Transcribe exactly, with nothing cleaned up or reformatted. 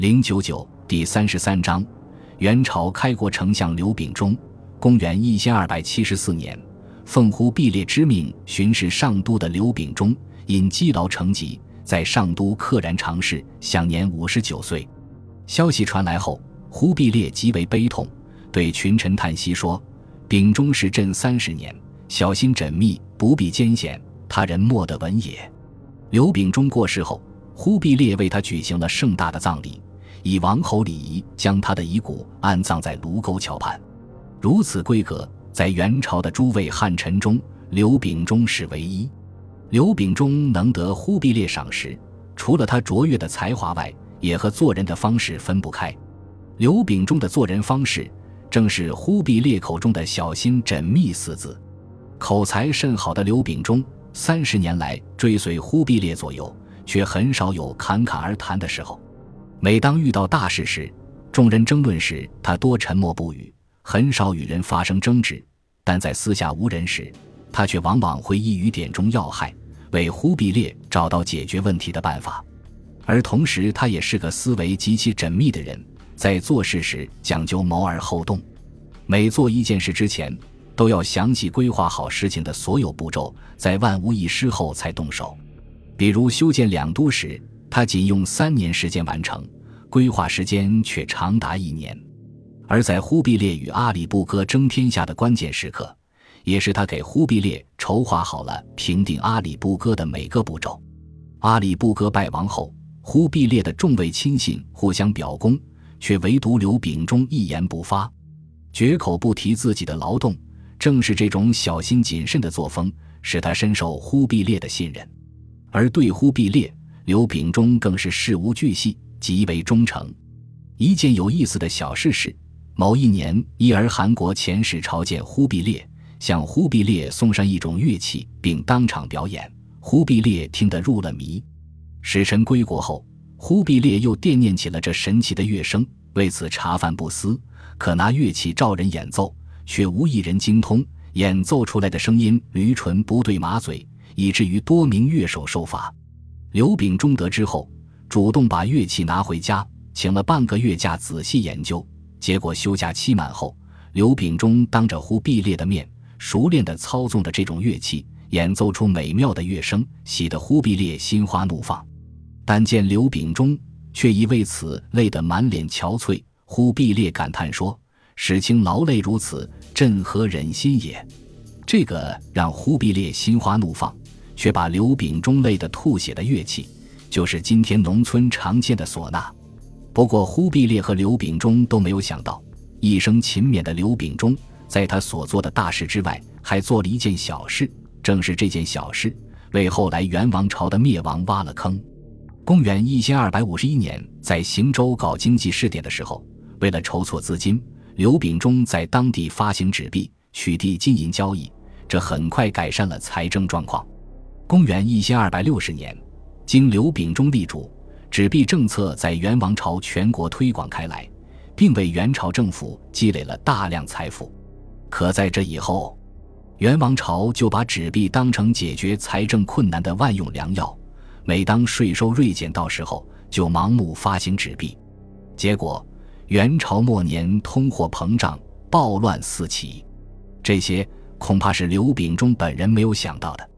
零九九第三十三章，元朝开国丞相刘秉忠。公元一千二百七十四年，奉忽必烈之命巡视上都的刘秉忠因积劳成疾，在上都溘然长逝，享年五十九岁。消息传来后，忽必烈极为悲痛，对群臣叹息说：“秉忠是朕三十年，小心缜密，不必艰险，他人莫得闻也。”刘秉忠过世后，忽必烈为他举行了盛大的葬礼，以王侯礼仪将他的遗骨安葬在卢沟桥畔。如此规格，在元朝的诸位汉臣中，刘秉忠是唯一。刘秉忠能得忽必烈赏识，除了他卓越的才华外，也和做人的方式分不开。刘秉忠的做人方式，正是忽必烈口中的小心缜密四字。口才甚好的刘秉忠，三十年来追随忽必烈左右，却很少有侃侃而谈的时候。每当遇到大事时，众人争论时，他多沉默不语，很少与人发生争执，但在私下无人时，他却往往会一语点中要害，为忽必烈找到解决问题的办法。而同时他也是个思维极其缜密的人，在做事时讲究谋而后动，每做一件事之前都要详细规划好事情的所有步骤，在万无一失后才动手。比如修建两都时，他仅用三年时间完成，规划时间却长达一年。而在忽必烈与阿里不哥争天下的关键时刻，也是他给忽必烈筹划好了平定阿里不哥的每个步骤。阿里不哥败亡后，忽必烈的众位亲信互相表功，却唯独刘秉忠一言不发，绝口不提自己的劳动。正是这种小心谨慎的作风，使他深受忽必烈的信任。而对忽必烈，刘秉忠更是事无巨细，极为忠诚。一件有意思的小事是，某一年伊尔汗国遣使朝见忽必烈，向忽必烈送上一种乐器，并当场表演。忽必烈听得入了迷。使臣归国后，忽必烈又惦念起了这神奇的乐声，为此茶饭不思，可拿乐器照人演奏，却无一人精通，演奏出来的声音驴唇不对马嘴，以至于多名乐手受罚。刘秉忠得知后，主动把乐器拿回家，请了半个月假仔细研究。结果休假期满后，刘秉忠当着忽必烈的面，熟练地操纵着这种乐器，演奏出美妙的乐声，喜得忽必烈心花怒放。但见刘秉忠却已为此累得满脸憔悴，忽必烈感叹说：“使卿劳累如此，朕何忍心也。”这个让忽必烈心花怒放，却把刘秉忠累得吐血的乐器，就是今天农村常见的唢呐。不过忽必烈和刘秉忠都没有想到，一生勤勉的刘秉忠在他所做的大事之外，还做了一件小事。正是这件小事，为后来元王朝的灭亡挖了坑。公元一千二百五十一年，在行州搞经济试点的时候，为了筹措资金，刘秉忠在当地发行纸币，取缔金银交易，这很快改善了财政状况。公元一千二百六十年，经刘秉忠力主，纸币政策在元王朝全国推广开来，并为元朝政府积累了大量财富。可在这以后，元王朝就把纸币当成解决财政困难的万用良药，每当税收锐减到时候，就盲目发行纸币。结果元朝末年通货膨胀，暴乱四起，这些恐怕是刘秉忠本人没有想到的。